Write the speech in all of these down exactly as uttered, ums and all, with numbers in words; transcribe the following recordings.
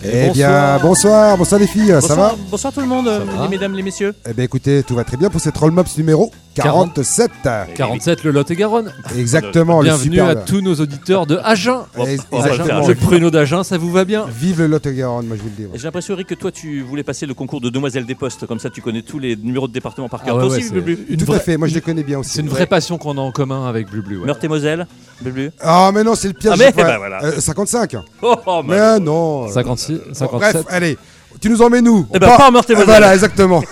Eh bonsoir. bien, bonsoir, bonsoir les filles, bonsoir, ça va Bonsoir tout le monde, les mesdames, les messieurs. Eh bien écoutez, tout va très bien pour cette Rollmops numéro quarante-sept. quarante-sept, le Lot-et-Garonne. Exactement. Bienvenue le à tous nos auditeurs de Agen. Oh, Agen, le pruneau d'Agen, ça vous va bien? Vive le Lot-et-Garonne, moi je vous le dis. J'ai l'impression, Eric, que toi tu voulais passer le concours de Demoiselle des Postes, comme ça tu connais tous les numéros de département par cœur. Ah ouais, toi ouais, aussi, Blu-Blu? Tout vraie... à fait, moi je les connais bien aussi. C'est une vraie ouais. passion qu'on a en commun avec Blu-Blu. Ouais. Meurthe-et-Moselle, Blu-Blu? Ah mais non, c'est le pire. Ah mais bah, voilà. euh, cinquantacinq. Oh, oh mais non. cinquante-six, cinquante-sept. Bon, bref, allez, tu nous emmènes où? Eh ben, pas, pas en Meurthe-et-Moselle. Voilà, exactement.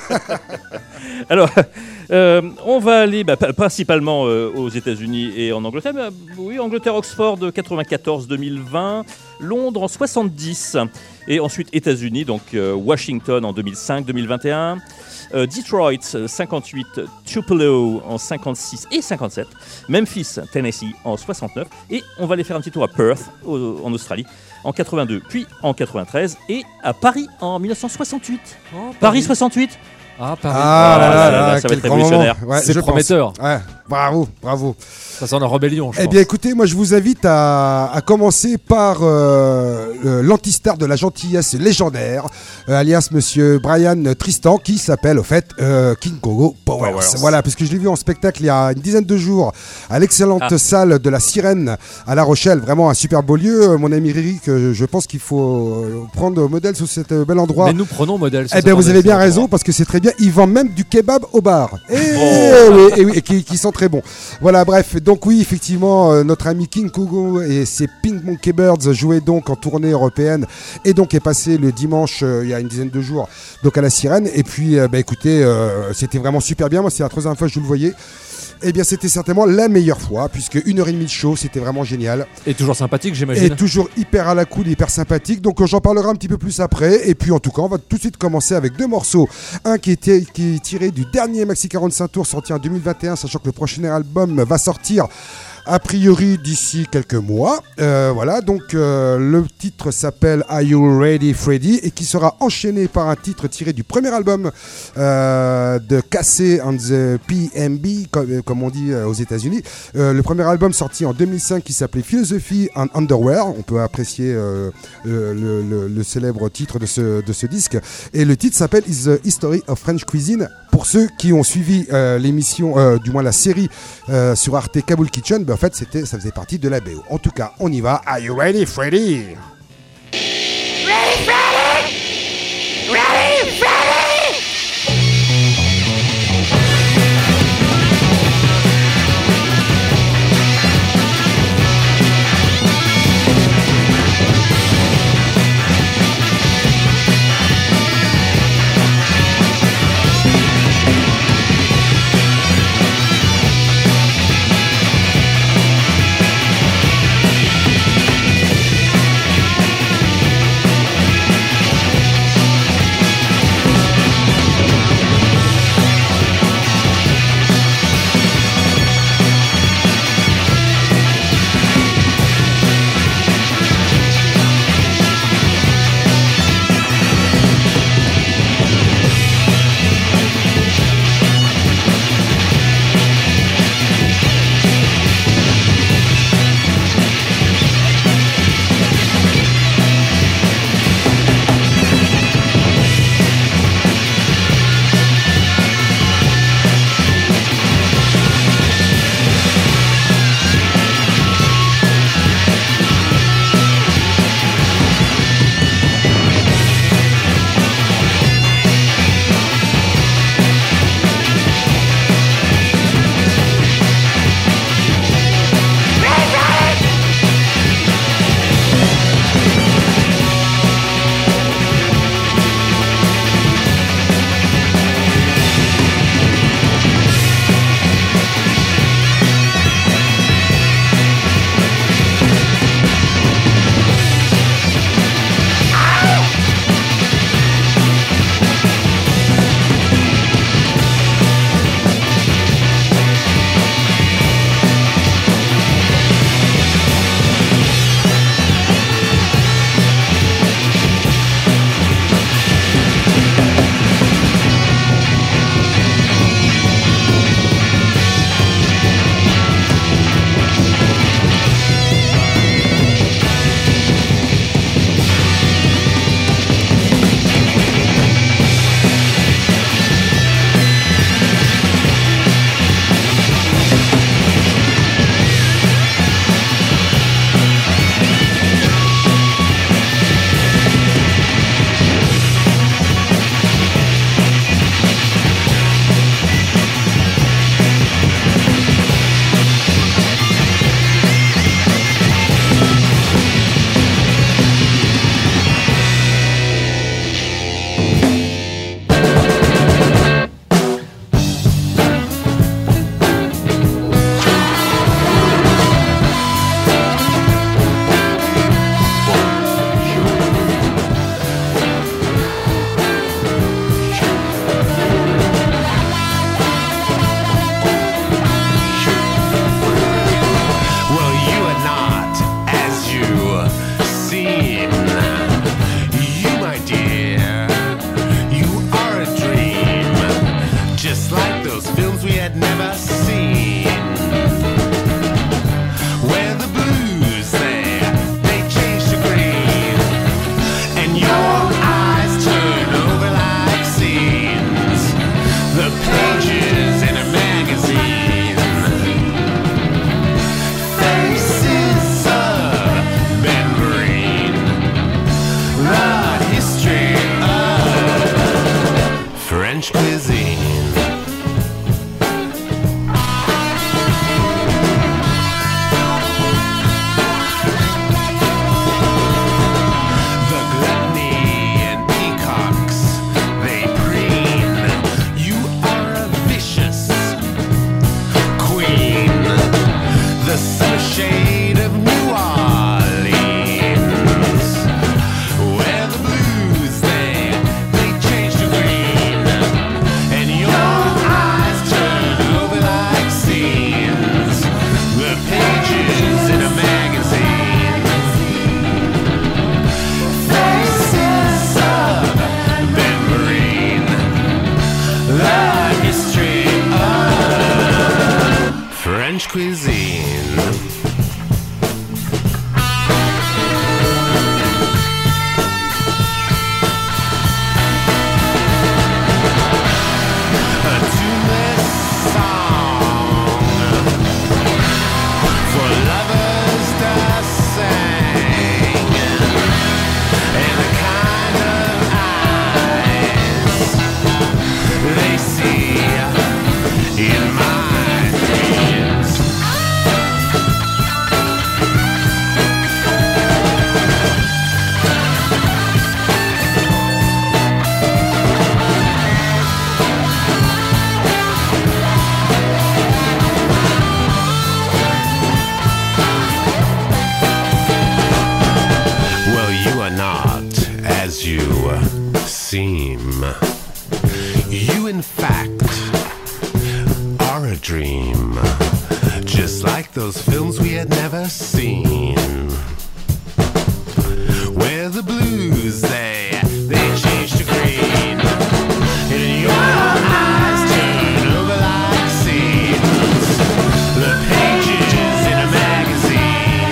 Alors, euh, on va aller bah, principalement euh, aux États-Unis et en Angleterre. Bah, oui, Angleterre, Oxford, quatre-vingt-quatorze deux mille vingt. Londres en soixante-dix. Et ensuite États-Unis, donc euh, Washington en deux mille cinq deux mille vingt et un. Euh, Detroit, cinquante-huit. Tupelo en cinquante-six et cinquante-sept. Memphis, Tennessee en soixante-neuf. Et on va aller faire un petit tour à Perth, au, en Australie, en quatre-vingt-deux, puis en quatre-vingt-treize. Et à Paris en mille neuf cent soixante-huit. Oh, Paris. Paris soixante-huit. Ah, Paris. Ah, ah là, là, là, là, ça va être révolutionnaire. Ouais, c'est prometteur. Ouais, bravo, bravo. Ça sent la rébellion, je Eh pense. bien, écoutez, moi, je vous invite à, à commencer par euh, euh, l'antistar de la gentillesse légendaire, euh, alias Monsieur Brian Tristan, qui s'appelle, au fait, euh, King Kong Powers. Powers. Voilà, parce que je l'ai vu en spectacle il y a une dizaine de jours à l'excellente ah. salle de la Sirène à La Rochelle. Vraiment un super beau lieu. Mon ami Ririk, je pense qu'il faut prendre modèle sur cet bel endroit. Mais nous prenons modèle. Eh bien, vous avez bien raison, parce que c'est très bien. Ils vendent même du kebab au bar. Et, oh. oui, et, oui, et qui, qui sont très bons. Voilà, bref. Donc oui, effectivement, euh, notre ami King Kong et ses Pink Monkey Birds jouaient donc en tournée européenne et donc est passé le dimanche euh, il y a une dizaine de jours donc à la Sirène. Et puis, euh, bah, écoutez, euh, c'était vraiment super bien. Moi, c'est la troisième fois que je le voyais. Eh bien, c'était certainement la meilleure fois, puisque une heure et demie de show, c'était vraiment génial. Et toujours sympathique, j'imagine. Et toujours hyper à la cool, hyper sympathique. Donc, j'en parlerai un petit peu plus après. Et puis, en tout cas, on va tout de suite commencer avec deux morceaux. Un qui, était, qui est tiré du dernier Maxi quarante-cinq tours sorti en deux mille vingt et un, sachant que le prochain album va sortir a priori d'ici quelques mois. Euh, voilà, donc euh, le titre s'appelle Are You Ready Freddy et qui sera enchaîné par un titre tiré du premier album euh, de Casey and the P M B, comme, comme on dit euh, aux États-Unis. Euh, le premier album sorti en deux mille cinq qui s'appelait Philosophy and Underwear. On peut apprécier euh, le, le, le, le célèbre titre de ce, de ce disque. Et le titre s'appelle Is the History of French Cuisine. Pour ceux qui ont suivi euh, l'émission, euh, du moins la série euh, sur Arte Kaboul Kitchen, ben, en fait, c'était, ça faisait partie de la B O. En tout cas, on y va. Are you ready, Freddy? Ready, Freddy? Ready, Freddy? in fact, are a dream, just like those films we had never seen, where the blues they they change to green, and your eyes turn over like scenes, the pages in a magazine,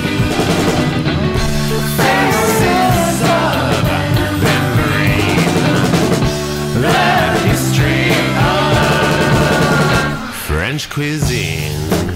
faces of memory, the history of French cuisine.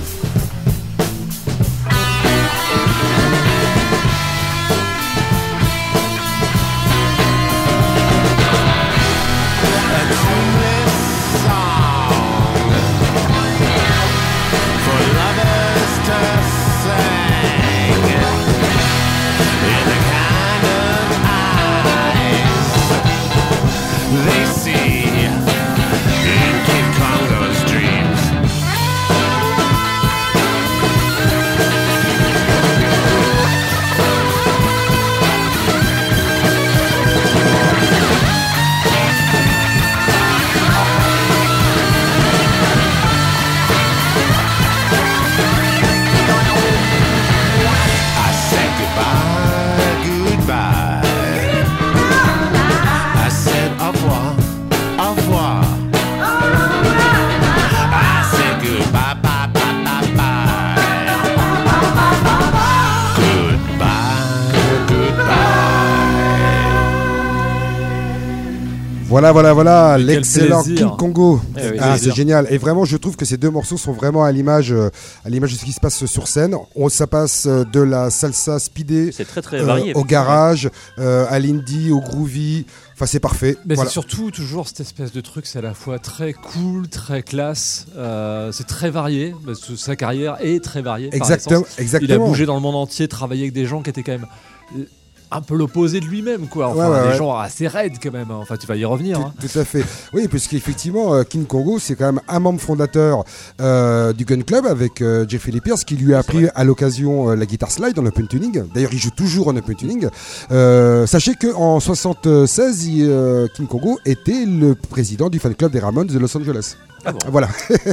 Voilà, voilà, voilà, Quel l'excellent plaisir. King Kongo. Eh oui, Ah, plaisir. c'est génial. Et vraiment, je trouve que ces deux morceaux sont vraiment à l'image, euh, à l'image de ce qui se passe sur scène. On, ça passe euh, de la salsa speedée C'est très très euh, varié. au garage, euh, à l'indie, au groovy. Enfin, c'est parfait. Mais Voilà. c'est surtout toujours cette espèce de truc, c'est à la fois très cool, très classe, euh, c'est très varié, parce que sa carrière est très variée. par Exactement, essence. exactement. Il a bougé dans le monde entier, travaillé avec des gens qui étaient quand même euh, un peu l'opposé de lui-même, quoi. Enfin, Ouais, ouais, des ouais. gens assez raides quand même. hein. Enfin, tu vas y revenir. Tout, hein. tout à fait. Oui, puisqu'effectivement, euh, King Kongo, c'est quand même un membre fondateur euh, du Gun Club avec euh, Jeffrey Lee Pierce qui lui a appris à l'occasion euh, la guitare slide en open tuning. D'ailleurs, il joue toujours en open tuning. Euh, sachez qu'en soixante-seize, il, euh, King Kongo était le président du fan club des Ramones de Los Angeles. Ah bon. Voilà.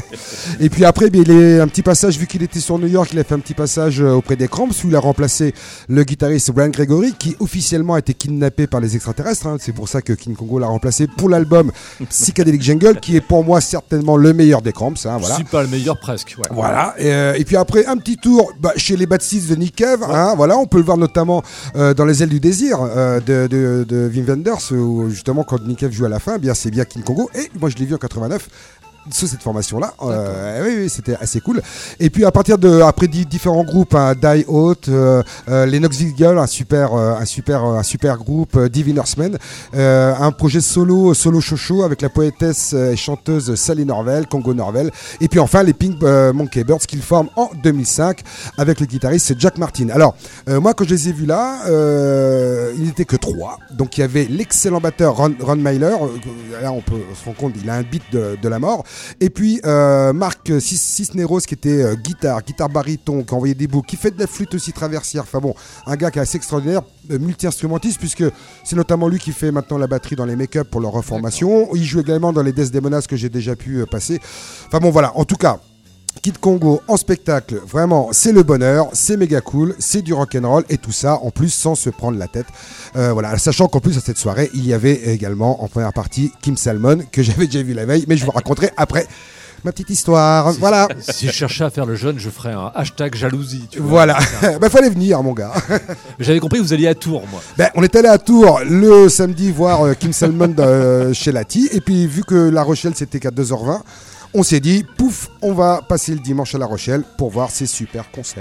Et puis après, bien, il est un petit passage, vu qu'il était sur New York, il a fait un petit passage euh, auprès des Cramps où il a remplacé le guitariste Brian Gregory qui officiellement a été kidnappé par les extraterrestres. hein. C'est pour ça que King Kongo l'a remplacé pour l'album Psychedelic Jungle qui est pour moi certainement le meilleur des Cramps. hein, voilà. Si pas le meilleur, presque. Ouais. Voilà. Et, euh, et puis après, un petit tour bah, chez les Bad Seeds de Nick Cave. Hein, voilà, on peut le voir notamment euh, dans Les Ailes du Désir euh, de, de, de Wim Wenders, où justement quand Nick Cave joue à la fin, eh bien c'est bien King Kongo. Et moi je l'ai vu en quatre-vingt-neuf. Sous cette formation-là, euh, oui, oui, c'était assez cool. Et puis à partir de après di- différents groupes, hein, Die Out, euh, euh, les Knoxville Girls, un super, euh, un super, un super groupe, euh, Divine Earthmen, euh, un projet solo, solo chocho avec la poétesse et chanteuse Sally Norvell, Congo Norvell, et puis enfin les Pink euh, Monkey Birds qu'ils forment en deux mille cinq avec le guitariste Jack Martin. Alors euh, moi quand je les ai vus là, euh, il n'était que trois. Donc il y avait l'excellent batteur Ron, Ron Myler, euh, là on peut se rendre compte, il a un beat de, de la mort. Et puis euh, Marc Cis- Cisneros qui était euh, guitare, guitare baryton, qui envoyait des bouts, qui fait de la flûte aussi traversière. Enfin bon, un gars qui est assez extraordinaire, euh, multi-instrumentiste, puisque c'est notamment lui qui fait maintenant la batterie dans les make-up pour leur reformation. Il joue également dans les Desdemonas que j'ai déjà pu euh, passer. Enfin bon voilà, en tout cas. Kid Kongo en spectacle, vraiment c'est le bonheur, c'est méga cool, c'est du rock'n'roll et tout ça en plus sans se prendre la tête. Euh, voilà, sachant qu'en plus à cette soirée il y avait également en première partie Kim Salmon que j'avais déjà vu la veille, mais je vous raconterai après ma petite histoire. Voilà, Si je cherchais à faire le jeune, je ferais un hashtag jalousie. Tu vois. voilà. Bah fallait venir mon gars. J'avais compris que vous alliez à Tours, moi. Ben, on est allé à Tours le samedi voir euh, Kim Salmon euh, chez Lati et puis vu que La Rochelle c'était qu'à deux heures vingt. On s'est dit, pouf, on va passer le dimanche à La Rochelle pour voir ces super concerts.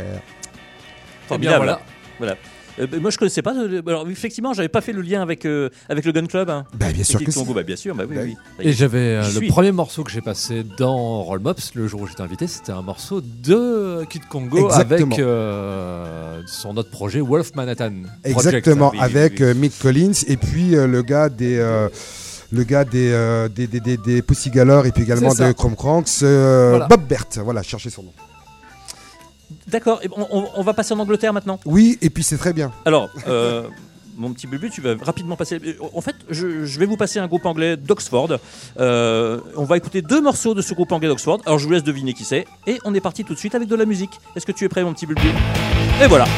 Eh bien, Formidable. voilà. Voilà. Euh, bah, moi, je connaissais pas. euh, alors, effectivement, j'avais pas fait le lien avec euh, avec le Gun Club. Hein. Bah, bien sûr Et que Kid Kongo, si. bah, bien sûr. Bah, oui, Bah, oui. Et j'avais euh, J'y le suis. premier morceau que j'ai passé dans Roll Mops le jour où j'étais invité, c'était un morceau de Kid Kongo Exactement. avec euh, son autre projet Wolf Manhattan Project. Exactement, oui, oui, avec oui. euh, Mick Collins et puis euh, le gars des... euh, le gars des, euh, des, des, des, des Pussy Galore et puis également C'est ça. de Chrome Cranks, euh, Voilà. Bob Bert, voilà, cherchez son nom. D'accord. Et on, on- on va passer en Angleterre maintenant. Oui, et puis c'est très bien. Alors, euh, mon petit Bulbu, tu vas rapidement passer. En fait, je, je vais vous passer un groupe anglais d'Oxford. Euh, on va écouter deux morceaux de ce groupe anglais d'Oxford. Alors, je vous laisse deviner qui c'est. Et on est parti tout de suite avec de la musique. Est-ce que tu es prêt, mon petit Bulbu ? Et voilà.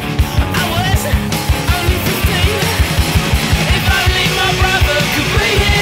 If only my brother could be here.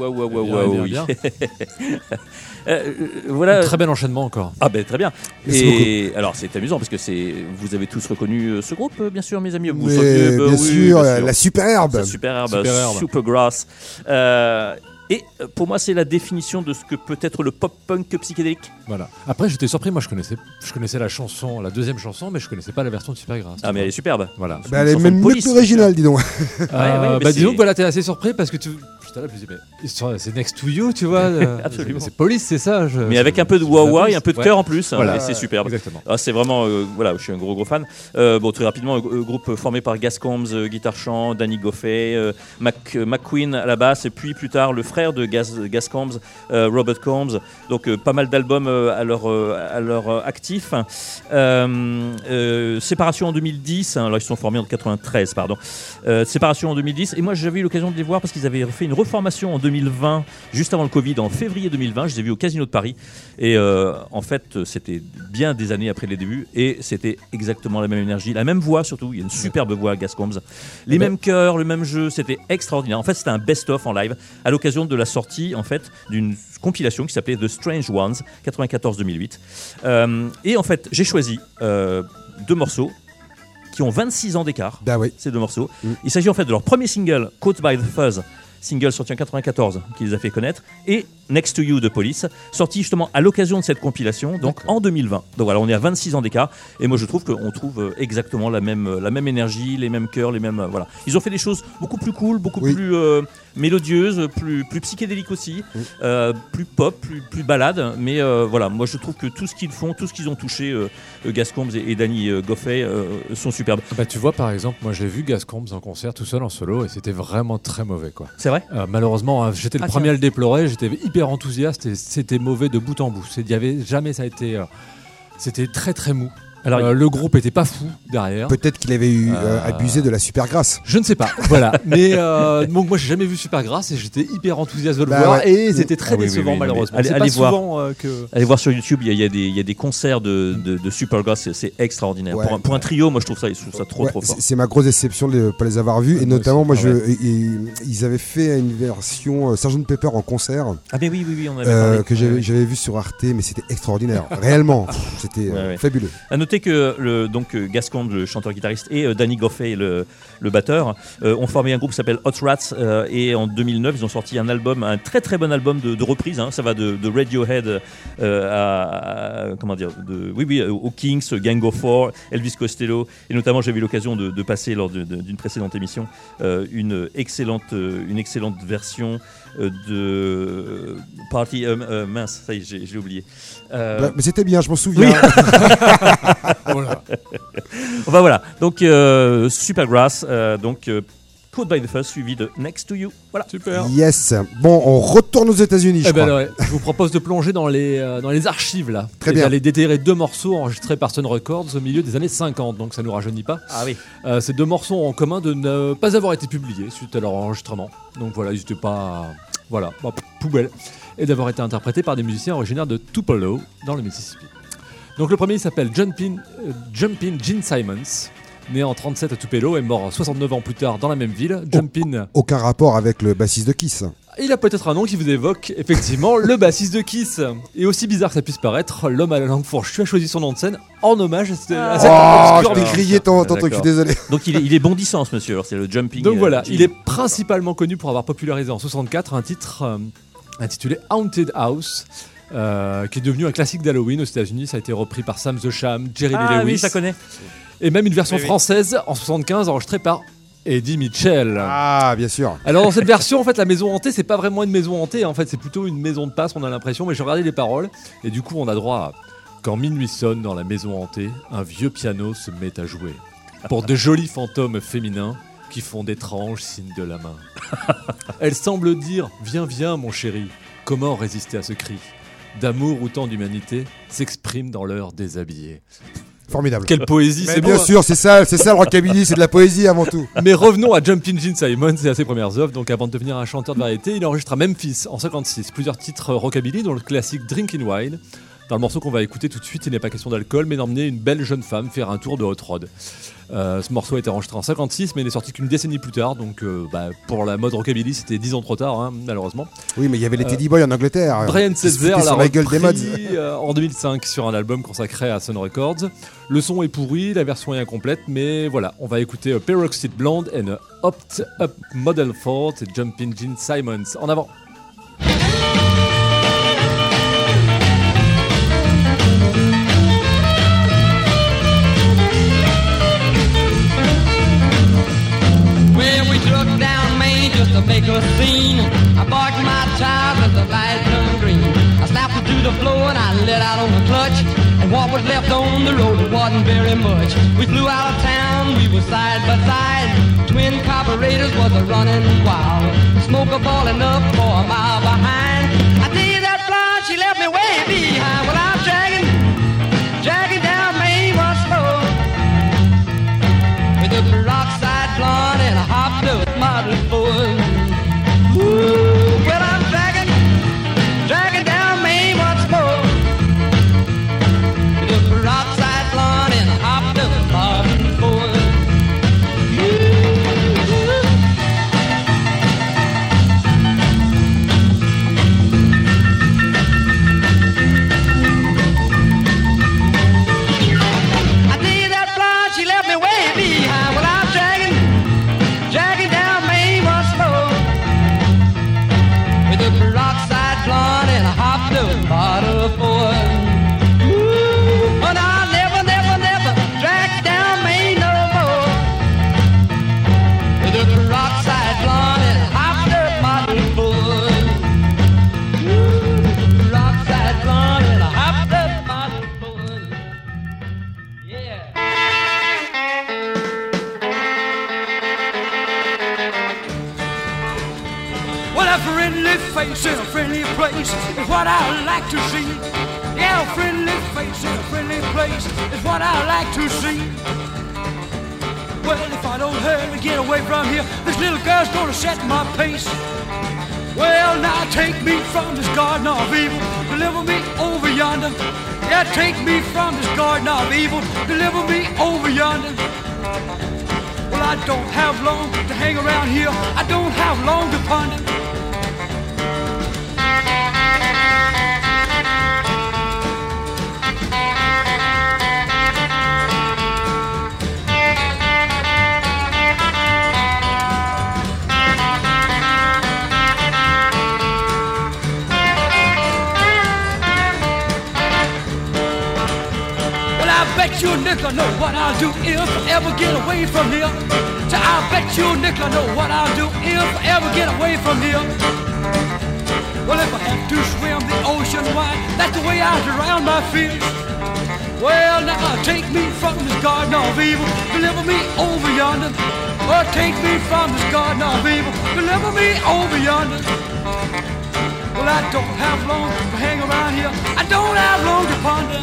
waouh, waouh, waouh, Bien, waouh. bien, oui. Euh, voilà. Très bel enchaînement encore. Ah ben très bien. Merci Et alors c'est amusant parce que c'est vous avez tous reconnu euh, ce groupe euh, bien sûr mes amis. Vous Mais saviez, bah bien, oui, sûr, bien euh, la Superherbe. C'est Superherbe, Superherbe. Supergrass. Euh, et euh, pour moi c'est la définition de ce que peut être le pop punk psychédélique. Voilà. Après, j'étais surpris. Moi, je connaissais, je connaissais la chanson, la deuxième chanson, mais je connaissais pas la version de Supergrass. Ah mais elle est superbe. Voilà. Bah, elle est chanson même de mieux police, que l'original, dis donc. ouais, Euh, mais bah, c'est- disons que voilà, t'es assez surpris parce que tu. Putain, là, je me disais, mais c'est- c'est Next to You, tu vois. euh, Absolument. C'est, c'est Police, c'est ça. Je, Mais je- avec un peu de je- wah-wah et un peu de Ouais. cœur en plus, hein, Voilà. et c'est superbe. Exactement. Ah, c'est vraiment, euh, voilà, je suis un gros gros fan. Euh, bon, très rapidement, euh, groupe formé par Gas Combs, euh, guitare chant, Danny Goffey, euh, Mac, euh, McQueen à la basse, et puis plus tard le frère de Gas, Gas Combs, euh, Robert Combs. Donc euh, pas mal d'albums euh, à leur euh, à leur euh, actif. Euh, euh, séparation en deux mille dix. Hein, alors ils se sont formés en quatre-vingt-treize, pardon. Euh, séparation en deux mille dix. Et moi j'avais eu l'occasion de les voir parce qu'ils avaient fait une reformation en deux mille vingt, juste avant le Covid, en février deux mille vingt. Je les ai vus au Casino de Paris. Et euh, en fait, c'était bien des années après les débuts, et c'était exactement la même énergie, la même voix surtout. Il y a une superbe voix, Gas Combs. Les mêmes chœurs, le même jeu, c'était extraordinaire. En fait, c'était un best-of en live à l'occasion de la sortie en fait d'une compilation qui s'appelait The Strange Ones, quatre-vingt-quatorze deux mille huit. Euh, et en fait, j'ai choisi euh, deux morceaux qui ont vingt-six ans d'écart. Bah oui. Ces deux morceaux. Mm. Il s'agit en fait de leur premier single, Caught by the Fuzz, single sorti en quatre-vingt-quatorze qui les a fait connaître, et Next to You de Police, sorti justement à l'occasion de cette compilation, donc en deux mille vingt. Donc voilà, on est à vingt-six ans d'écart, et moi je trouve qu'on trouve euh, exactement la même, euh, la même énergie, les mêmes chœurs, les mêmes. euh, voilà. Ils ont fait des choses beaucoup plus cool, beaucoup Oui. plus euh, mélodieuses, plus, plus psychédéliques aussi, Oui. euh, plus pop, plus, plus balade, mais euh, voilà, moi je trouve que tout ce qu'ils font, tout ce qu'ils ont touché, euh, euh, Gas Combs et, et Danny euh, Goffey, euh, sont superbes. Ah bah, tu vois, par exemple, moi j'ai vu Gas Combs en concert tout seul en solo et c'était vraiment très mauvais, quoi. C'est vrai? Euh, malheureusement, hein, j'étais le Ah, premier tiens. à le déplorer, j'étais hyper enthousiaste et c'était mauvais de bout en bout. C'est- Il y avait jamais ça a été. euh, c'était très très mou. Alors, Euh, le groupe était pas fou derrière. Peut-être qu'il avait eu, euh, Euh, abusé de la Supergrass. Je ne sais pas, voilà. Mais euh, donc moi j'ai jamais vu Supergrass et j'étais hyper enthousiaste de le Bah voir ouais. et c'était très Ah oui, oui, décevant oui, non, mais malheureusement. allez- C'est allez pas voir. souvent euh, que. Allez voir sur YouTube, il y, a- il y a des- il y a des concerts de, de, de Supergrass, c'est- c'est extraordinaire. Ouais. pour, un, pour un trio, moi je trouve ça, je trouve ça trop Ouais, trop fort. c'est- c'est ma grosse déception de ne pas les avoir vus. Et moi notamment, aussi. moi, Ah je, ils, ils avaient fait une version euh, sergent Pepper en concert Ah mais oui, oui, oui, on avait euh, parlé. que j'avais Ouais. j'avais vu sur Arte, mais c'était extraordinaire. Réellement, pff, c'était euh, Ouais, ouais. fabuleux. À noter que le, donc, euh, Gas Combs, le chanteur-guitariste, et euh, Danny Goffey, le, le batteur, euh, ont formé un groupe qui s'appelle Hot Rats, euh, et en deux mille neuf, ils ont sorti un album, un très très bon album de, de reprise. Hein, ça va de, de Radiohead euh, à, à- comment dire, de, oui oui, aux Kings, Gang of Four, Elvis Costello, et notamment j'avais eu l'occasion de, de passer lors de- de- d'une précédente émission euh, une excellente, euh, une excellente version euh, de Party, euh, euh, mince, ça y est, j'ai j'ai oublié. Euh, Bah, mais c'était bien, je m'en souviens. Voilà. Enfin voilà, donc euh, Supergrass, euh, donc euh, Caught by the Fuzz suivi de Next to You. Voilà. Super. Yes. Bon, on retourne aux États-Unis, je Eh ben crois. alors, ouais, je vous propose de plonger dans les, euh, dans les archives là. Très et bien. d'aller déterrer deux morceaux enregistrés par Sun Records au milieu des années cinquante, donc ça nous rajeunit pas. Ah oui. Euh, ces deux morceaux ont en commun de ne pas avoir été publiés suite à leur enregistrement. Donc voilà, ils n'étaient pas. Voilà, bah, poubelle. Et d'avoir été interprétés par des musiciens originaires de Tupelo, dans le Mississippi. Donc le premier il s'appelle Jumpin' euh, Jumpin' Gene Simons, né en trente-sept à Tupelo et mort soixante-neuf ans plus tard dans la même ville. Jumpin'. Aucun rapport avec le bassiste de Kiss. Il a peut-être un nom qui vous évoque effectivement le bassiste de Kiss. Et aussi bizarre que ça puisse paraître, l'homme à la langue fourchue a choisi son nom de scène en hommage à cette, à cette Oh, obscure je t'ai musique. grillé ton, ton Ah, truc, je suis d'accord. désolé. Donc il est, il est bondissant ce monsieur, alors c'est le jumping. Donc euh, voilà, Gene. il est principalement connu pour avoir popularisé en soixante-quatre un titre euh, intitulé Haunted House, euh, qui est devenu un classique d'Halloween aux États-Unis. Ça a été repris par Sam the Sham, Jerry Lee Ah Lewis, oui, je la connais. et même une version Oui, oui. française en soixante-quinze enregistrée par Eddie Mitchell. Ah, bien sûr. Alors dans cette version, en fait, la maison hantée, c'est pas vraiment une maison hantée. En fait, c'est plutôt une maison de passe. On a l'impression, mais j'ai regardé les paroles et du coup, on a droit à quand minuit sonne dans la maison hantée, un vieux piano se met à jouer pour de jolis fantômes féminins qui font d'étranges signes de la main. Elle semble dire viens, viens, mon chéri. Comment résister à ce cri d'amour ou tant d'humanité s'exprime dans l'heure déshabillée. Formidable. Quelle poésie, Mais c'est bien beau, hein. sûr, c'est ça, c'est ça le rockabilly, c'est de la poésie avant tout. Mais revenons à Jumpin' Gene Simons et à ses premières œuvres. Donc avant de devenir un chanteur de variété, il enregistre à Memphis en cinquante-six plusieurs titres rockabilly, dont le classique Drinkin' Wine, Dans le morceau qu'on va écouter tout de suite, il n'est pas question d'alcool, mais d'emmener une belle jeune femme faire un tour de hot rod. Euh, ce morceau a été enregistré en cinquante-six, mais il n'est sorti qu'une décennie plus tard, donc euh, bah, pour la mode rockabilly, c'était dix ans trop tard, hein, malheureusement. Oui, mais il y avait les Teddy Boys en Angleterre. Brian Qui se Setzer foutaient l'a sur la gueule des mods. repris euh, en deux mille cinq sur un album consacré à Sun Records. Le son est pourri, la version est incomplète, mais voilà, on va écouter a Peroxide Blonde and a Hopped Up Model Ford et Jumpin' Gene Simons. En avant. Well, we took down Maine just to make a scene. I parked my tires and the light turned green. I slapped it to the floor and I let out on the clutch. And what was left on the road, it wasn't very much. We flew out of town, we were side by side. Twin carburetors was a running wild. Smoke a balling up for a mile behind. I tell you that blonde, she left me way behind. Well, I'm dragging, dragging down Maine once more. With a peroxide blonde and a hopped up Model Ford. Ooh, well, I'm dragging, dragging down Maine once more. With a peroxide blonde and a hopped up Model Ford. I tell you that blonde, she left me way behind. Well, I'm dragging, dragging down Maine once more. With a peroxide blonde and a hopped up bottle of Ford. Ooh, and I'll never, never, never drag down Maine no more. With a peroxide blonde and a hopped up bottle of Ford. Ooh, peroxide blonde and a hopped up bottle of Ford. Yeah. Well, a friendly face in a friendly place is what I like to see. Yeah, a friendly face in a friendly place is what I like to see. Well, if I don't hurry, get away from here, this little girl's gonna set my pace. Well, now take me from this garden of evil, deliver me over yonder. Yeah, take me from this garden of evil, deliver me over yonder. Well, I don't have long to hang around here, I don't have long to ponder. I bet you a nickel know what I'll do if I ever get away from here. So I bet you a nickel know what I'll do if I ever get away from here. Well, if I have to swim the ocean wide, that's the way I drown my fears. Well, now take me from this garden of evil, deliver me over yonder. Or take me from this garden of evil, deliver me over yonder. Well, I don't have long to hang around here, I don't have long to ponder.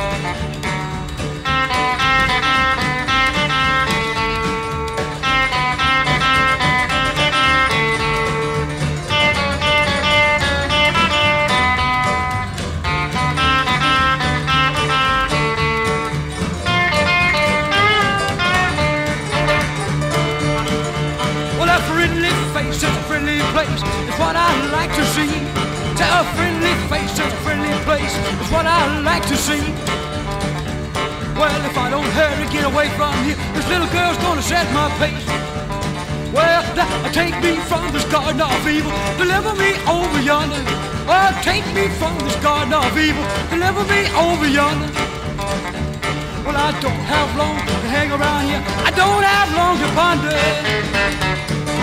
Face is a friendly place, it's what I like to see. To a friendly face is a friendly place, it's what I like to see. Well, if I don't hurry, get away from here, this little girl's gonna set my pace. Well, that, take me from this garden of evil, deliver me over yonder. Oh, take me from this garden of evil, deliver me over yonder. Well, I don't have long to hang around here, I don't have long to ponder.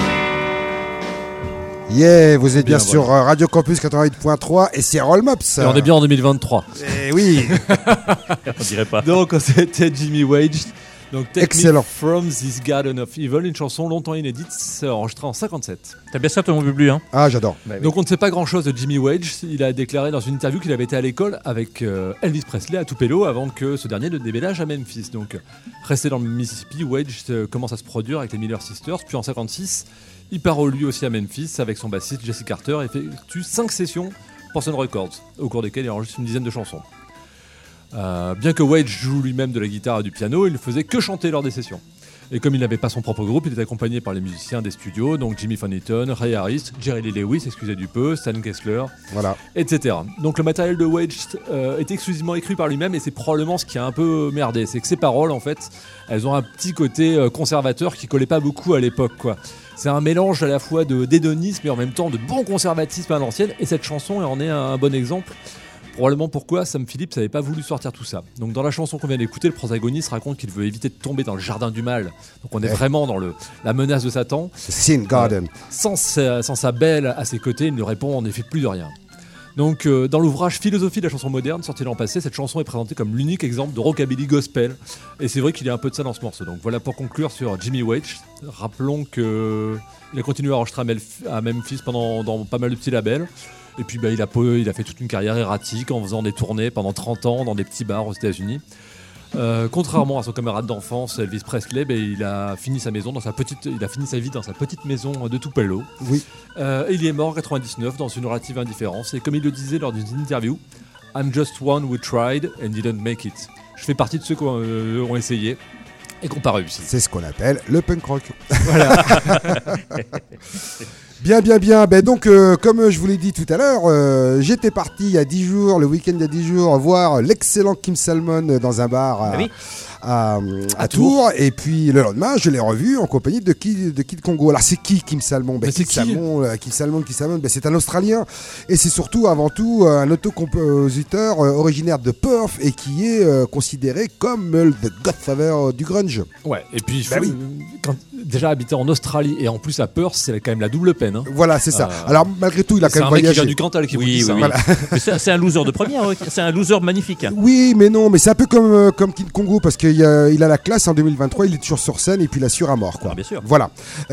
Yeah, vous êtes bien, bien sur voilà. Radio Campus quatre-vingt-huit point trois et c'est Roll Mops. Et on est bien en deux mille vingt-trois. Eh oui. On dirait pas. Donc c'était Jimmy Wage. Donc Take Excellent. Me From This Garden of Evil, une chanson longtemps inédite, enregistrée en cinquante-sept. T'as bien ça, ton bublu, hein? Ah, j'adore. Bah, oui. Donc on ne sait pas grand-chose de Jimmy Wage. Il a déclaré dans une interview qu'il avait été à l'école avec euh, Elvis Presley à Tupelo avant que ce dernier ne déménage à Memphis. Donc resté dans le Mississippi, Wage euh, commence à se produire avec les Miller Sisters. Puis en cinquante-six, il part lui aussi à Memphis avec son bassiste Jesse Carter et effectue cinq sessions pour Sun Records, au cours desquelles il enregistre une dizaine de chansons. Euh, bien que Wade joue lui-même de la guitare et du piano, il ne faisait que chanter lors des sessions. Et comme il n'avait pas son propre groupe, il était accompagné par les musiciens des studios, donc Jimmy Fonnington, Ray Harris, Jerry Lee Lewis, excusez du peu, Stan Kessler, Voilà. et cetera. Donc le matériel de Wade euh, est exclusivement écrit par lui-même et c'est probablement ce qui a un peu merdé. C'est que ses paroles, en fait, elles ont un petit côté euh, conservateur qui collait pas beaucoup à l'époque, quoi. C'est un mélange à la fois de d'hédonisme et en même temps de bon conservatisme à l'ancienne, et cette chanson en est un bon exemple. Probablement pourquoi Sam Phillips n'avait pas voulu sortir tout ça. Donc dans la chanson qu'on vient d'écouter, le protagoniste raconte qu'il veut éviter de tomber dans le jardin du mal. Donc on est vraiment dans le, la menace de Satan. Sin Garden. Euh, sans, sa, sans sa belle à ses côtés, il ne répond en effet plus de rien. Donc euh, dans l'ouvrage Philosophie de la chanson moderne, sorti l'an passé, cette chanson est présentée comme l'unique exemple de rockabilly gospel. Et c'est vrai qu'il y a un peu de ça dans ce morceau. Donc voilà pour conclure sur Jimmy Wade. Rappelons qu'il a continué à enregistrer à, Melf- à Memphis pendant dans pas mal de petits labels. Et puis bah, il, a, il a fait toute une carrière erratique en faisant des tournées pendant trente ans dans des petits bars aux États-Unis. Euh, contrairement à son camarade d'enfance Elvis Presley, bah, il a fini sa maison dans sa petite, il a fini sa vie dans sa petite maison de Tupelo. Oui. Euh, et il est mort en quatre-vingt-dix-neuf dans une relative indifférence. Et comme il le disait lors d'une interview, I'm just one who tried and didn't make it. Je fais partie de ceux qui ont, euh, ont essayé et qui n'ont pas réussi. C'est ce qu'on appelle le punk rock. Voilà. Bien, bien, bien. Ben donc, euh, comme je vous l'ai dit tout à l'heure, euh, j'étais parti il y a dix jours, le week-end il y a dix jours, voir l'excellent Kim Salmon dans un bar à, Ah oui. à, à, À Tours. Tours. Et puis le lendemain, je l'ai revu en compagnie de Kid, de Kid Congo. Alors, c'est qui Kim Salmon? Ben, Mais c'est Kim qui Salmon, euh, Kim Salmon, Kim Salmon, ben, c'est un Australien. Et c'est surtout, avant tout, euh, un autocompositeur euh, originaire de Perth et qui est euh, considéré comme euh, le Godfather euh, du grunge. Ouais, et puis il faut, Bah oui. euh, quand, déjà habiter en Australie et en plus à Perth, c'est quand même la double peine. Hein. Voilà, c'est ça. Euh, Alors, malgré tout, il a C'est quand un même mec qui voyagé. vient du Cantal qui vous Oui, dit oui, ça. oui. Voilà. Mais c'est, c'est un loser de première, hein. C'est un loser magnifique. Oui, mais non, mais c'est un peu comme, euh, comme Kid Congo parce qu'il a, il a la classe en deux mille vingt-trois, il est toujours sur scène et puis il assure à mort. Quoi. Ah, bien sûr. Voilà.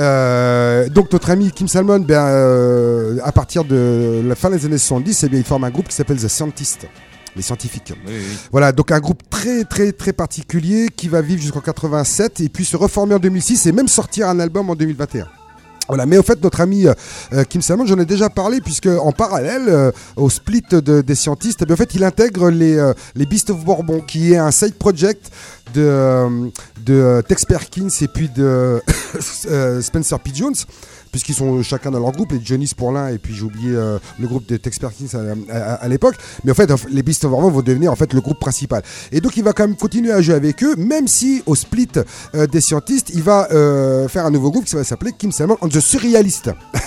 Euh, donc notre ami Kim Salmon, ben, euh, à partir de la fin des années soixante-dix, eh bien, il forme un groupe qui s'appelle The Scientists. Les scientifiques. Oui, oui. Voilà, donc un groupe très très très particulier qui va vivre jusqu'en quatre-vingt-sept et puis se reformer en deux mille six et même sortir un album en deux mille vingt et un. Voilà, mais au fait, notre ami euh, Kim Salmon, j'en ai déjà parlé, puisque en parallèle euh, au split de, des scientistes, eh bien, en fait, il intègre les, euh, les Beasts of Bourbon, qui est un side project de, euh, de Tex Perkins et puis de euh, Spencer P. Jones, puisqu'ils sont chacun dans leur groupe, les Johnny's pour l'un, et puis j'ai oublié euh, le groupe de Tex Perkins à, à, à l'époque. Mais en fait, les Beasts of Bourbon vont devenir en fait le groupe principal. Et donc, il va quand même continuer à jouer avec eux, même si au split euh, des scientistes, il va euh, faire un nouveau groupe qui va s'appeler Kim Salmon and the Surrealist.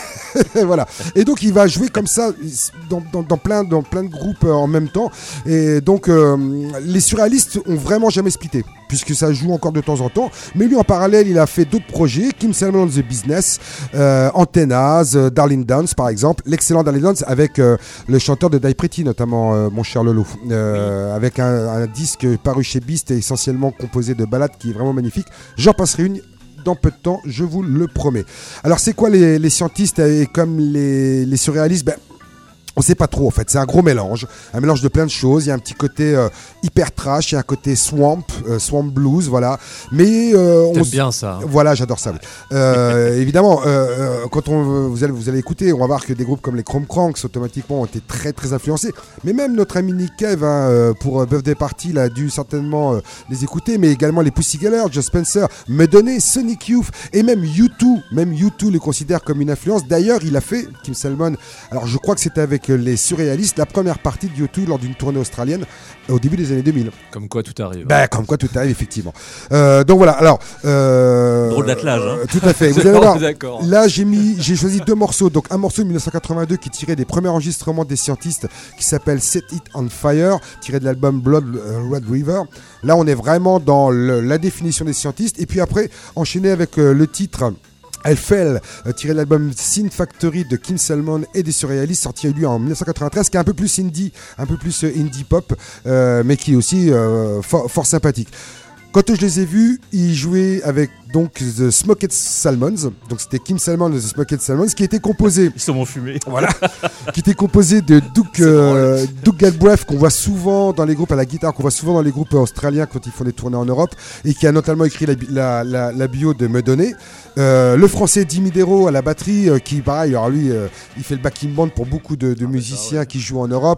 Voilà. Et donc, il va jouer comme ça dans, dans, dans, plein, dans plein de groupes euh, en même temps. Et donc, euh, les surréalistes ont vraiment jamais splitté, puisque ça joue encore de temps en temps. Mais lui, en parallèle, il a fait d'autres projets. Kim Salmon on the Business, euh, Antennas, euh, Darling Downs, par exemple. L'excellent Darling Downs avec euh, le chanteur de Die Pretty, notamment, euh, mon cher Lolo. Euh, oui. Avec un, un disque paru chez Beast, essentiellement composé de ballades, qui est vraiment magnifique. J'en passerai une dans peu de temps, je vous le promets. Alors, c'est quoi les, les scientistes et comme les, les surréalistes? Ben, on sait pas trop en fait, c'est un gros mélange, un mélange de plein de choses. Il y a un petit côté euh, hyper trash, il y a un côté swamp, euh, swamp blues, voilà. Mais euh, T'aimes on s- bien ça. hein. Voilà, j'adore ça. oui. Euh, évidemment, euh, euh, quand on, vous allez, vous allez écouter, on va voir que des groupes comme les Chrome Cranks automatiquement ont été très très influencés. Mais même notre ami Nick Cave, hein, euh, pour euh, Birthday Party, il a dû certainement euh, les écouter, mais également les Pussy Galore, Joe Spencer, Madonna, Sonic Youth et même U deux. Même U deux le considère comme une influence. D'ailleurs, il a fait Kim Salmon. Alors, je crois que c'était avec les surréalistes, la première partie de U deux lors d'une tournée australienne au début des années deux mille. Comme quoi tout arrive. Ben, comme quoi tout arrive, effectivement. Euh, donc voilà, alors... Euh, Drôle d'attelage, hein. euh, Tout à fait. Vous C'est allez voir, bon, d'accord. là j'ai mis, j'ai choisi deux morceaux. Donc un morceau de dix-neuf cent quatre-vingt-deux qui est tiré des premiers enregistrements des scientistes, qui s'appelle Set It on Fire, tiré de l'album Blood euh, Red River. Là on est vraiment dans le- la définition des scientistes. Et puis après, enchaîner avec euh, le titre... Elle Fell, euh, tiré de l'album Sin Factory de Kim Salmon et des surréalistes, sorti lui en dix-neuf cent quatre-vingt-treize, qui est un peu plus indie, un peu plus euh, indie pop, euh, mais qui est aussi euh, fort, fort sympathique. Quand je les ai vus, ils jouaient avec donc The Smoked Salmons, donc c'était Kim Salmon et The Smoked Salmons, qui était composé, Ils sont fumés. voilà, qui était composé de Doug, euh, Doug Galbraith, qu'on voit souvent dans les groupes à la guitare, qu'on voit souvent dans les groupes australiens quand ils font des tournées en Europe, et qui a notamment écrit la, bi- la, la, la bio de Madonna. Euh, le français Dimidero à la batterie, euh, qui pareil, alors lui, euh, il fait le backing band pour beaucoup de, de musiciens qui jouent en Europe.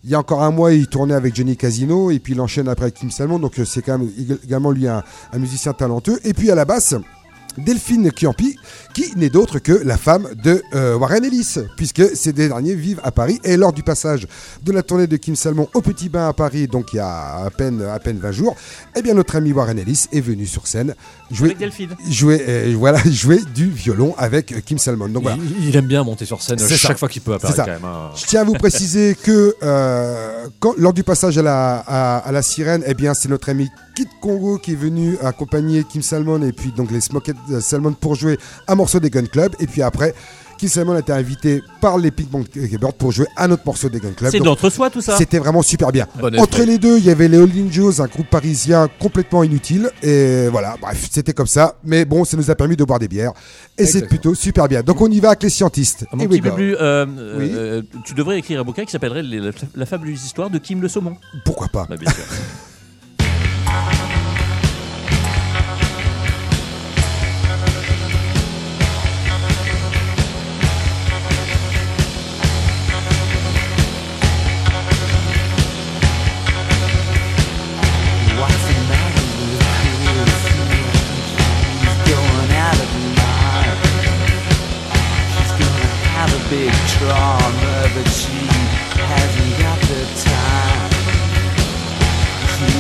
il y a encore un mois, il tournait avec Johnny Casino et puis il enchaîne après avec Kim Salmon. Donc c'est quand même également lui un, un musicien talentueux. Et puis à la basse, Delphine Chiampi, qui n'est d'autre que la femme de euh, Warren Ellis, puisque ces deux derniers vivent à Paris. Et lors du passage de la tournée de Kim Salmon au Petit Bain à Paris, donc il y a à peine, à peine vingt jours, eh bien notre ami Warren Ellis est venu sur scène jouer, avec Delphine. jouer, euh, voilà, jouer du violon avec Kim Salmon. Donc voilà. Il, il aime bien monter sur scène C'est chaque ça. fois qu'il peut C'est apparaître ça. quand même. hein. Je tiens à vous préciser que euh, quand, lors du passage à la, à, à la sirène, eh bien c'est notre ami Kid Congo qui est venu accompagner Kim Salmon et puis donc les Smoked Salmon pour jouer un morceau des Gun Club. Et puis après, Kim Salmon a été invité par les Pink Monkey Bird pour jouer un autre morceau des Gun Club. C'est Donc, d'entre-soi tout ça. c'était vraiment super bien. Bon Entre effet. les deux, il y avait les Holding Joes, un groupe parisien complètement inutile. Et voilà, bref, c'était comme ça. Mais bon, ça nous a permis de boire des bières. Et c'est Exactement. plutôt super bien. Donc on y va avec les scientistes. Mon Here petit we go. Bublu, euh, Oui. euh, tu devrais écrire un bouquin qui s'appellerait les- la, la fabuleuse histoire de Kim le saumon. Pourquoi pas? Bah, bien sûr. What's the matter with Chrissy? She's going out of line. She's gonna have a big trauma, but she hasn't got the time. She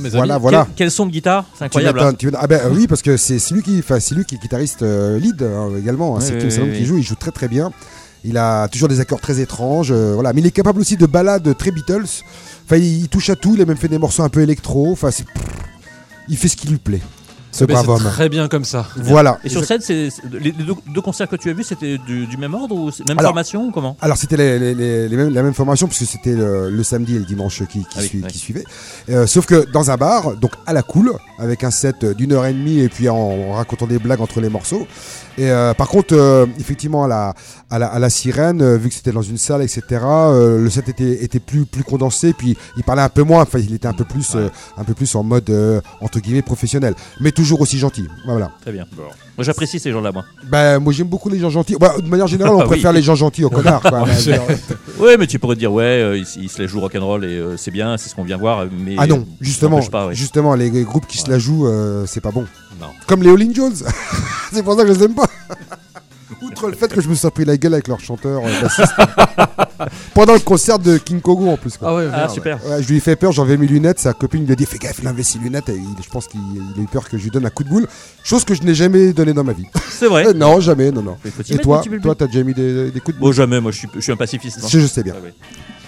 mes Voilà, amis. voilà. Quel, quel son de guitare, c'est Tu incroyable. m'étonnes, hein. tu m'étonnes. Ah ben euh, oui, parce que c'est c'est lui qui, enfin, c'est lui qui est guitariste euh, lead hein, également. hein. Oui, c'est oui, Kim Salom oui, qui oui. joue. Il joue très très bien. Il a toujours des accords très étranges. euh, voilà, mais il est capable aussi de ballades très Beatles. Enfin, il, il touche à tout. Il a même fait des morceaux un peu électro. Enfin, c'est- il fait ce qui lui plaît. Ce Mais brave c'est homme. très bien comme ça. Voilà. Et sur scène, c'est, c'est- les, les deux, deux concerts que tu as vus, c'était du, du même ordre ou c'est- même Alors, formation ou comment? Alors c'était les, les- les- les mêmes- la même formation puisque c'était le, le samedi et le dimanche qui, qui, Ah oui, sui- ouais. qui suivaient. Euh, sauf que dans un bar, donc à la cool, avec un set d'une heure et demie et puis en, en racontant des blagues entre les morceaux. Et euh, par contre, euh, effectivement à la, à la, à la sirène, euh, vu que c'était dans une salle, et cetera. euh, le set était, était plus, plus condensé, puis il parlait un peu moins. Enfin, il était un peu plus, euh, un peu plus en mode euh, entre guillemets professionnel, mais toujours aussi gentil. Voilà. Très bien. Moi, j'apprécie ces gens-là, moi. Ben moi j'aime beaucoup les gens gentils. Bah, de manière générale, on Ah oui. préfère les gens gentils aux connards. Quoi. Ouais, mais tu pourrais te dire, ouais, euh, ils, ils se la jouent rock'n'roll et euh, c'est bien, c'est ce qu'on vient voir. Mais Ah non, euh, justement, ça n'empêche pas, ouais. justement, les, les groupes qui se la jouent, euh, c'est pas bon. Non. Comme les Rolling Jones. C'est pour ça que je les aime pas. Outre le fait que je me suis pris la gueule avec leur chanteur euh, bassiste. Pendant le concert de King Kogo en plus. Quoi. Ah ouais, Ah, merde. super. Ouais, je lui ai fait peur, j'enlevais mes lunettes, sa copine lui a dit fais gaffe, il a enlevé ses lunettes et il- je pense qu'il il a eu peur que je lui donne un coup de boule, chose que je n'ai jamais donné dans ma vie. C'est vrai. Euh, non, jamais, non, non. Mais faut t'y Et mettre, toi, mon petit bulbul. toi, t'as déjà mis des, des coups de Bon, boule? jamais, moi je suis, je suis un pacifiste. hein. je, je sais bien. Ouais, ouais.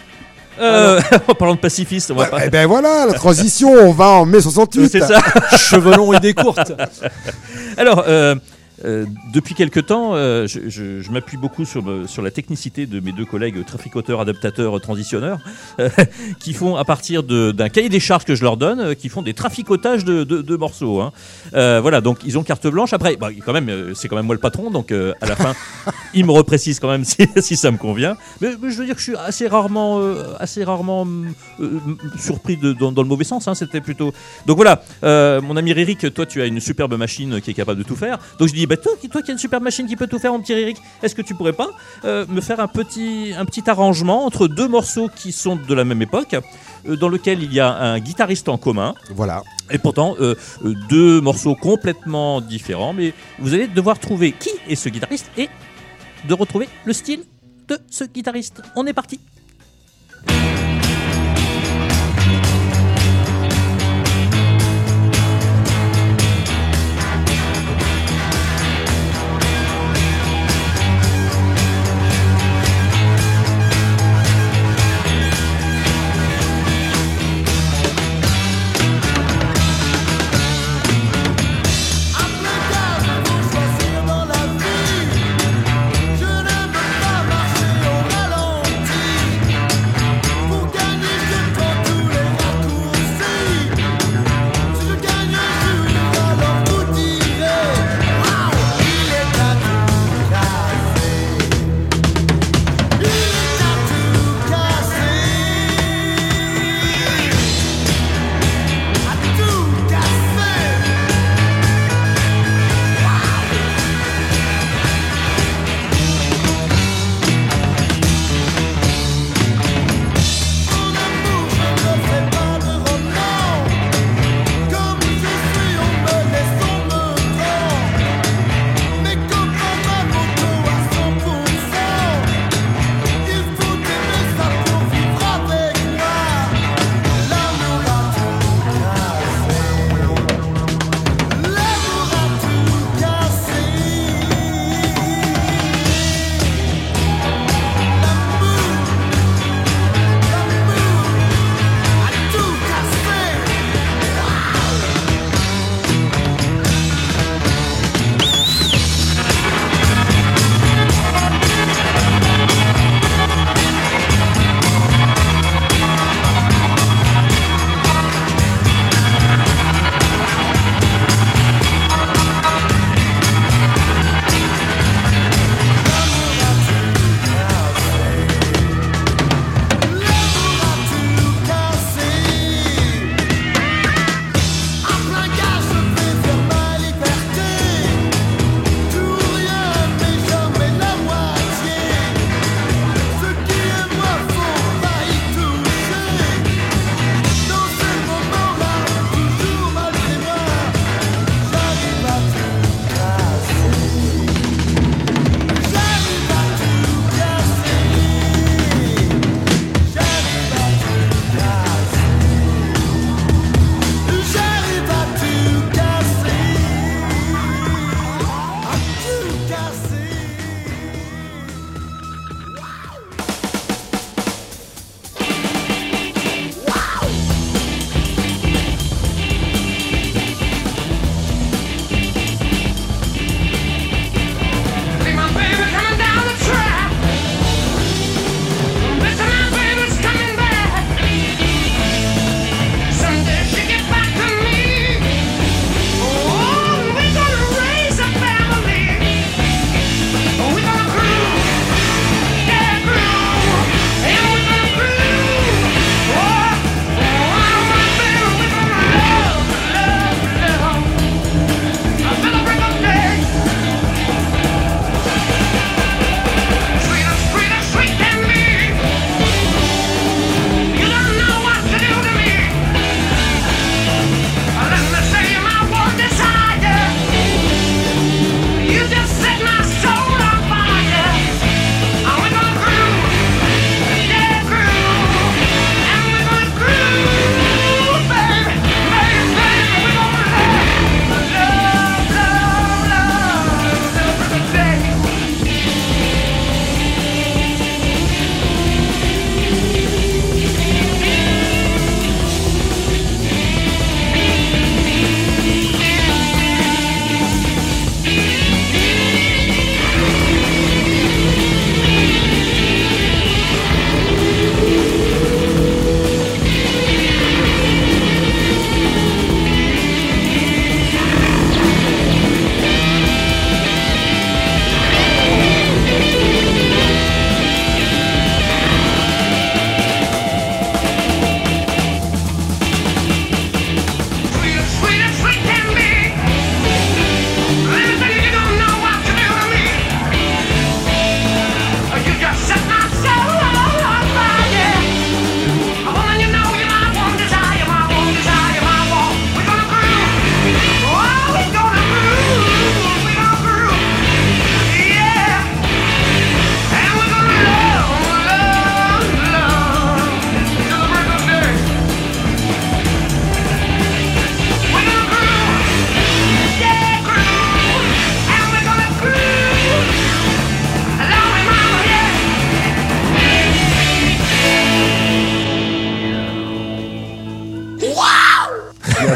Euh, en parlant de pacifiste, on va Ouais, pas. eh ben voilà, la transition, on va en mai soixante-huit. C'est ça. Cheveux longs et des courtes. Alors, euh, euh, depuis quelque temps, euh, je, je- je m'appuie beaucoup sur, me- sur la technicité de mes deux collègues traficoteurs, adaptateurs, transitionneurs, euh, qui font à partir de- d'un cahier des charges que je leur donne, euh, qui font des traficotages de, de- de morceaux. hein. Euh, voilà, donc ils ont carte blanche. Après, bah, quand même, euh, c'est quand même moi le patron, donc euh, à la fin, ils me reprécisent quand même si, si ça me convient. Mais, mais je veux dire que je suis assez rarement, euh, assez rarement euh, surpris de- dans, dans le mauvais sens. hein, C'était plutôt. Donc voilà, euh, mon ami Ririk, toi tu as une superbe machine qui est capable de tout faire. Donc je dis, bah, toi, qui- toi qui as une superbe machine qui peut tout faire, mon petit Ririk, est-ce que tu pourrais pas euh, me faire un petit, un petit arrangement entre deux morceaux qui sont de la même époque, euh, dans lequel il y a un guitariste en commun, Voilà. et pourtant euh, euh, deux morceaux complètement différents, mais vous allez devoir trouver qui est ce guitariste et de retrouver le style de ce guitariste. On est parti. Implacable, faut choisir dans la vie. Je ne veux pas marcher au ralenti.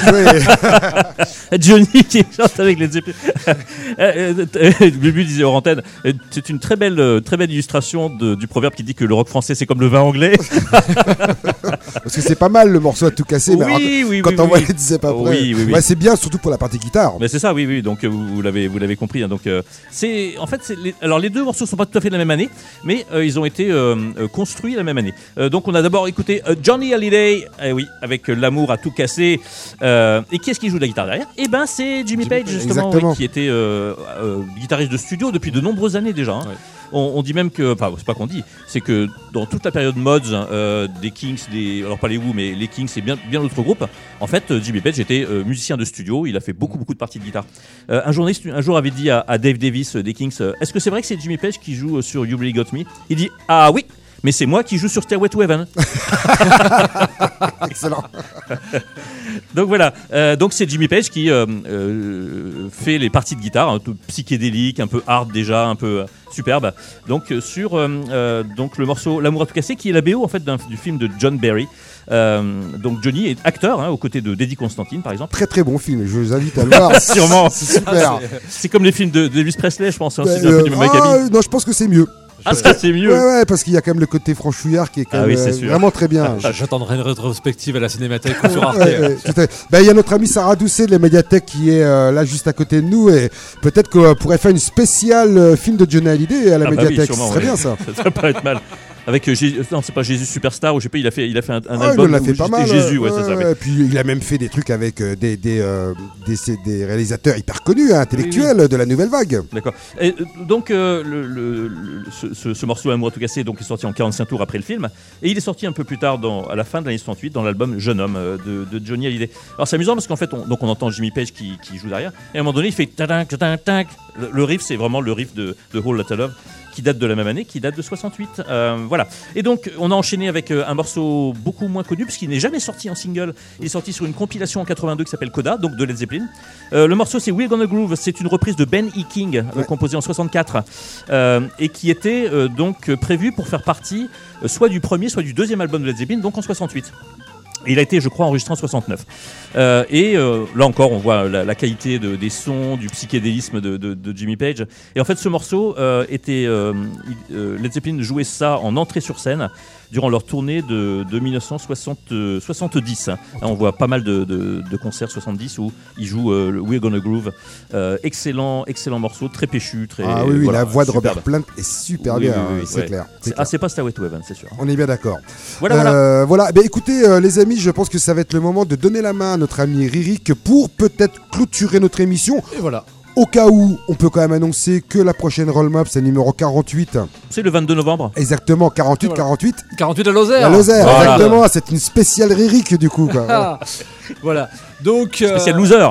joué. Johnny qui chante avec les Zeppelin. Euh, euh, euh, Bubu disait hors antenne, euh, c'est une très belle, euh, très belle illustration de- du proverbe qui dit que le rock français c'est comme le vin anglais. Parce que c'est pas mal le morceau à tout casser. mais Oui, oui, quand oui, on voit oui. les disait pas prêt. Oui, oui, oui. Ouais, c'est bien, surtout pour la partie guitare. Mais c'est ça, oui, oui. Donc euh, vous, vous l'avez, vous l'avez compris. Hein, donc euh, c'est, en fait, c'est les, alors les deux morceaux sont pas tout à fait de la même année, mais euh, ils ont été euh, euh, construits la même année. Euh, donc on a d'abord écouté euh, Johnny Hallyday, eh oui, avec euh, l'amour à tout casser. Euh, et qui est-ce qui joue de la guitare derrière ? Eh ben c'est Jimmy Page justement, Exactement. oui, qui était euh, euh, guitariste de studio depuis de nombreuses années déjà. Hein. Ouais. On, on dit même que, enfin c'est pas qu'on dit, c'est que dans toute la période mods euh, des Kings, des, alors pas les Who, mais les Kings et bien, bien d'autres groupes, en fait euh, Jimmy Page était euh, musicien de studio, il a fait beaucoup beaucoup de parties de guitare. Euh, un journaliste un jour avait dit à, à Dave Davis euh, des Kings, euh, est-ce que c'est vrai que c'est Jimmy Page qui joue euh, sur You Really Got Me ? Il dit ah oui, mais c'est moi qui joue sur Stairway to Heaven. Excellent. Donc voilà, euh, donc c'est Jimmy Page qui euh, euh, fait les parties de guitare, un peu psychédélique, un peu hard déjà, un peu euh, superbe. Donc euh, sur euh, euh, donc le morceau L'amour à tout casser, qui est la B O en fait d'un- du film de John Barry. Euh, donc Johnny est acteur hein, aux côtés de Eddie Constantine par exemple. Très très bon film, je vous invite à le voir. Sûrement. C'est super. C'est comme les films de, de Elvis Presley, je pense. Hein, c'est Ben, un peu euh, du même ah, acabit. non, je pense que c'est mieux. Ah ça c'est mieux. Ouais, ouais, parce qu'il y a quand même le côté franchouillard qui est quand Ah même oui, c'est euh, sûr. vraiment très bien. Ah, J'attendrai une rétrospective à la Cinémathèque ou sur Arte. Ouais, ouais, tout à fait. Ben, il y a notre ami Sarah Doucet de la médiathèque qui est euh, là juste à côté de nous et peut-être qu'on pourrait faire une spéciale euh, film de Johnny Hallyday à la Ah bah oui, médiathèque. sûrement, Ce serait ouais. bien ça. Ça va pas être mal. Avec euh, Jésus, non c'est pas Jésus Superstar ou je sais pas, il a fait, il a fait un, un Ah, album il en a où fait pas c'était mal. Jésus, ouais, ouais, c'est ça. ouais. ouais. Et puis il a même fait des trucs avec euh, des, des, euh, des, c'est des réalisateurs hyper connus, hein, intellectuels de la nouvelle vague. D'accord. Et, euh, donc euh, le, le- le- ce, ce- ce morceau Amour à tout casser donc est sorti en quarante-cinq tours après le film et il est sorti un peu plus tard dans, à la fin de l'année soixante-huit dans l'album Jeune homme euh, de, de Johnny Hallyday. Alors c'est amusant parce qu'en fait on, donc on entend Jimmy Page qui, qui joue derrière et à un moment donné il fait ta-dink, ta-dink, ta-dink. le, le riff c'est vraiment le riff de, de Whole Lotta Love qui date de la même année, qui date de soixante-huit. Euh, voilà. Et donc, on a enchaîné avec euh, un morceau beaucoup moins connu, puisqu'il n'est jamais sorti en single. Il est sorti sur une compilation en quatre-vingt-deux qui s'appelle Coda, donc de Led Zeppelin. Euh, le morceau, c'est We're Gonna Groove. C'est une reprise de Ben E. King, euh, Ouais. composée en soixante-quatre, euh, et qui était euh, donc euh, prévu pour faire partie euh, soit du premier, soit du deuxième album de Led Zeppelin, donc en soixante-huit. Il a été, je crois, enregistré en soixante-neuf. Euh, et euh, là encore, on voit la, la qualité de- des sons, du psychédélisme de, de- de Jimmy Page. Et en fait, ce morceau euh, était... Euh, il- euh, Led Zeppelin jouait ça en entrée sur scène durant leur tournée de, de mille neuf cent soixante-dix. Là, on voit pas mal de, de- de concerts soixante-dix où ils jouent euh, le We're Gonna Groove. Euh, excellent, excellent morceau, très péchu, très... Ah oui, oui, voilà, la voix de superbe. Robert Plant est super Oui, bien, oui, hein, oui, oui, c'est ouais. clair. c'est C'est- Ah, clair. c'est pas Stairway to Heaven, c'est sûr. On est bien d'accord. Voilà, voilà. Euh, voilà. Ben, écoutez, euh, les amis, je pense que ça va être le moment de donner la main à notre ami Ririk pour peut-être clôturer notre émission. Et voilà. Au cas où, on peut quand même annoncer que la prochaine Roll-Map, c'est numéro quarante-huit. C'est le vingt-deux novembre. Exactement, quarante-huit, Voilà. quarante-huit. quarante-huit à Lozère. La Lozère, Voilà. exactement. C'est une spéciale Ririk, du coup. Quoi. Ah, voilà. Donc, euh, Spécial loser.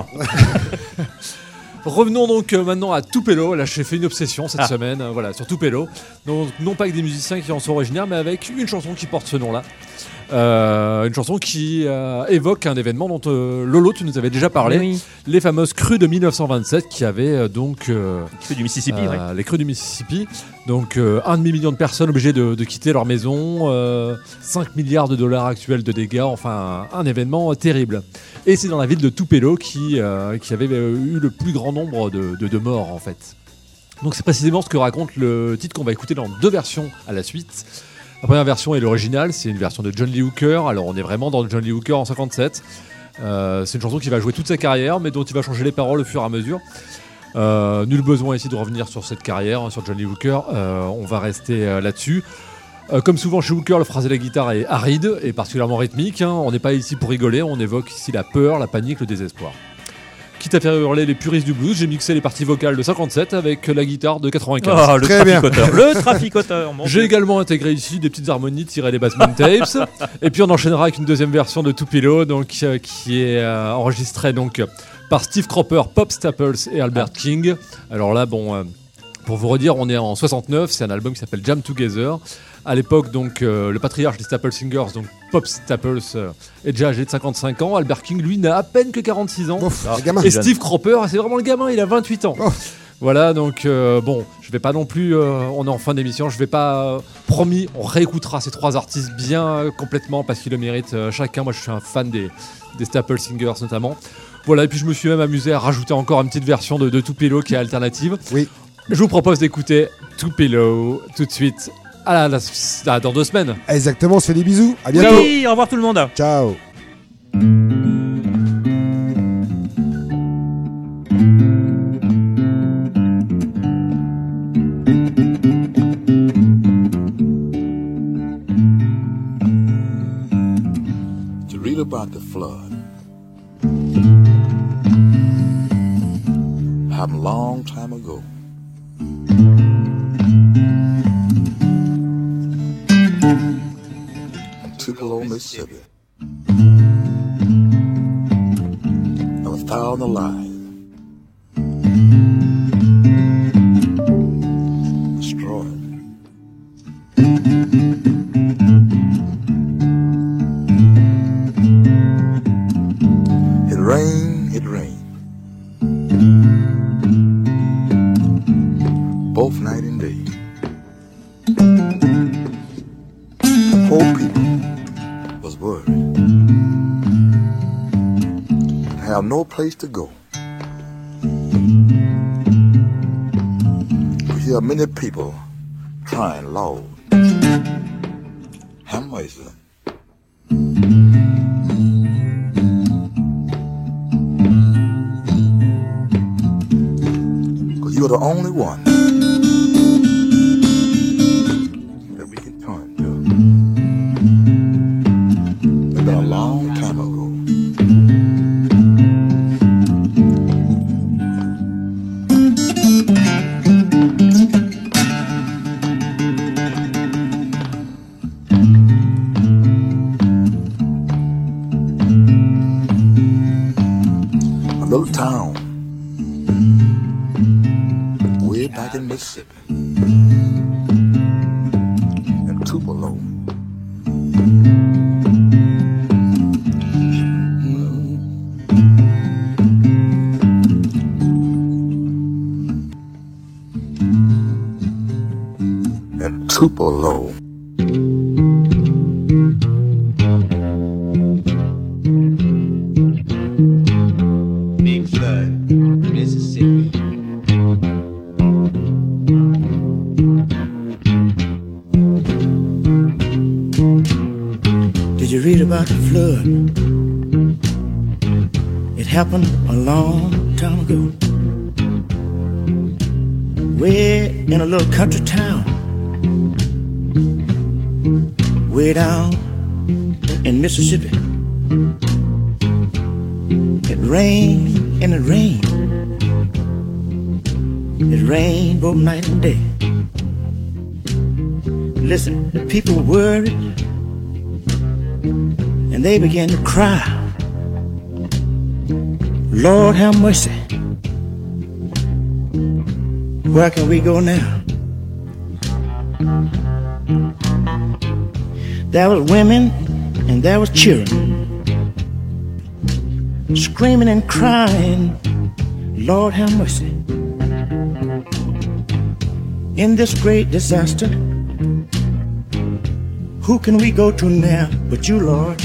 revenons donc euh, maintenant à Tupelo. Là, j'ai fait une obsession cette Ah. semaine, euh, voilà, sur Tupelo. Donc, non pas avec des musiciens qui en sont originaires, mais avec une chanson qui porte ce nom-là. Euh, une chanson qui euh, évoque un événement dont euh, Lolo, tu nous avais déjà parlé, Oui. les fameuses crues de mille neuf cent vingt-sept qui avaient euh, donc euh, Qui fait du Mississippi, euh, ouais. les crues du Mississippi. Donc euh, un demi-million de personnes obligées de, de quitter leur maison, euh, cinq milliards de dollars actuels de dégâts, enfin un, un événement euh, terrible. Et c'est dans la ville de Tupelo qui, euh, qui avait euh, eu le plus grand nombre de, de, de morts en fait. Donc c'est précisément ce que raconte le titre qu'on va écouter dans deux versions à la suite. La première version est l'original, c'est une version de John Lee Hooker. Alors on est vraiment dans John Lee Hooker en cinquante-sept. Euh, c'est une chanson qui va jouer toute sa carrière, mais dont il va changer les paroles au fur et à mesure. Euh, nul besoin ici de revenir sur cette carrière, hein, sur John Lee Hooker. Euh, on va rester euh, là-dessus. Euh, comme souvent chez Hooker, le phrasé de la guitare est aride et particulièrement rythmique. Hein. On n'est pas ici pour rigoler, on évoque ici la peur, la panique, le désespoir. Quitte à faire hurler les puristes du blues, j'ai mixé les parties vocales de cinquante-sept avec la guitare de quatre-vingt-quinze. Ah, le Très bien. traficoteur. Le traficoteur. mon J'ai Dieu. également intégré ici des petites harmonies tirées des Bassman Tapes. Et puis on enchaînera avec une deuxième version de Tupelo, donc euh, qui est euh, enregistrée donc par Steve Cropper, Pop Staples et Albert King. Alors là, bon, euh, pour vous redire, on est en soixante-neuf. C'est un album qui s'appelle Jam Together. À l'époque, donc, euh, le patriarche des Staple Singers, donc Pop Staples, euh, est déjà âgé de cinquante-cinq ans. Albert King, lui, n'a à peine que quarante-six ans. Ouf, un gamin. Et jeune. Steve Cropper, c'est vraiment le gamin, il a vingt-huit ans. Oh. Voilà, donc euh, bon, je vais pas non plus, euh, on est en fin d'émission, je vais pas, euh, promis, on réécoutera ces trois artistes bien euh, complètement parce qu'ils le méritent euh, chacun. Moi, je suis un fan des, des Staple Singers notamment. Voilà, et puis je me suis même amusé à rajouter encore une petite version de, de Tupelo qui est alternative. Oui. Je vous propose d'écouter Tupelo tout de suite, à la, la- à- dans deux semaines. Exactement, on se fait des bisous. À bientôt. Oui, au revoir tout le monde. Ciao. To read about the flood happened a long time ago. In Tupelo, Mississippi. There were a thousand lives destroyed. It rained, it rained. Both night and day. The poor people was worried. They have no place to go. We hear many people crying loud. Have mercy. Cause you're the only one that we can turn to. It's been a long time ago. A little town way back in Mississippi, in Tupelo. In Tupelo. Big flood, Mississippi. Did you read about the flood? It happened a long time ago. Way in a little country town. Way down in Mississippi. It rained and it rained. It rained both night and day. Listen, the people were worried and they began to cry. Lord have mercy. Where can we go now? There was women and there was children screaming and crying, Lord have mercy. In this great disaster, who can we go to now but you, Lord?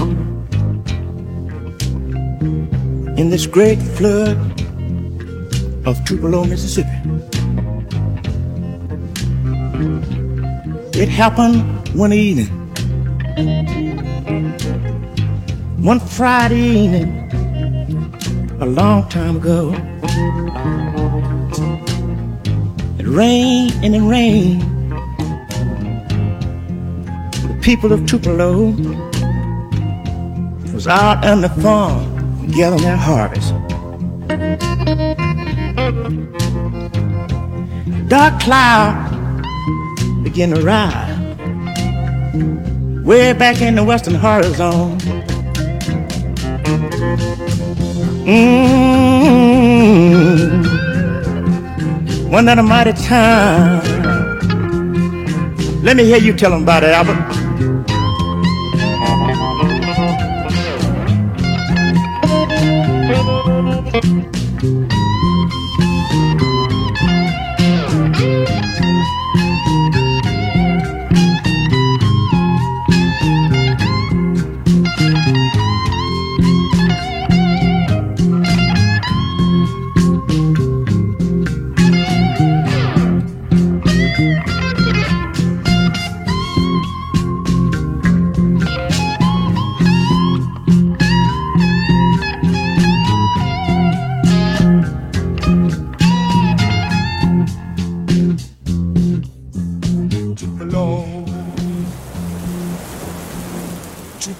In this great flood of Tupelo, Mississippi. It happened one evening, one Friday evening, a long time ago. It rained and it rained. The people of Tupelo was out on the farm gathering their harvest. Dark cloud began to rise way back in the western horizon. Mm-hmm. One night a mighty time. Let me hear you tell them about it, Albert.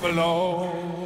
belong.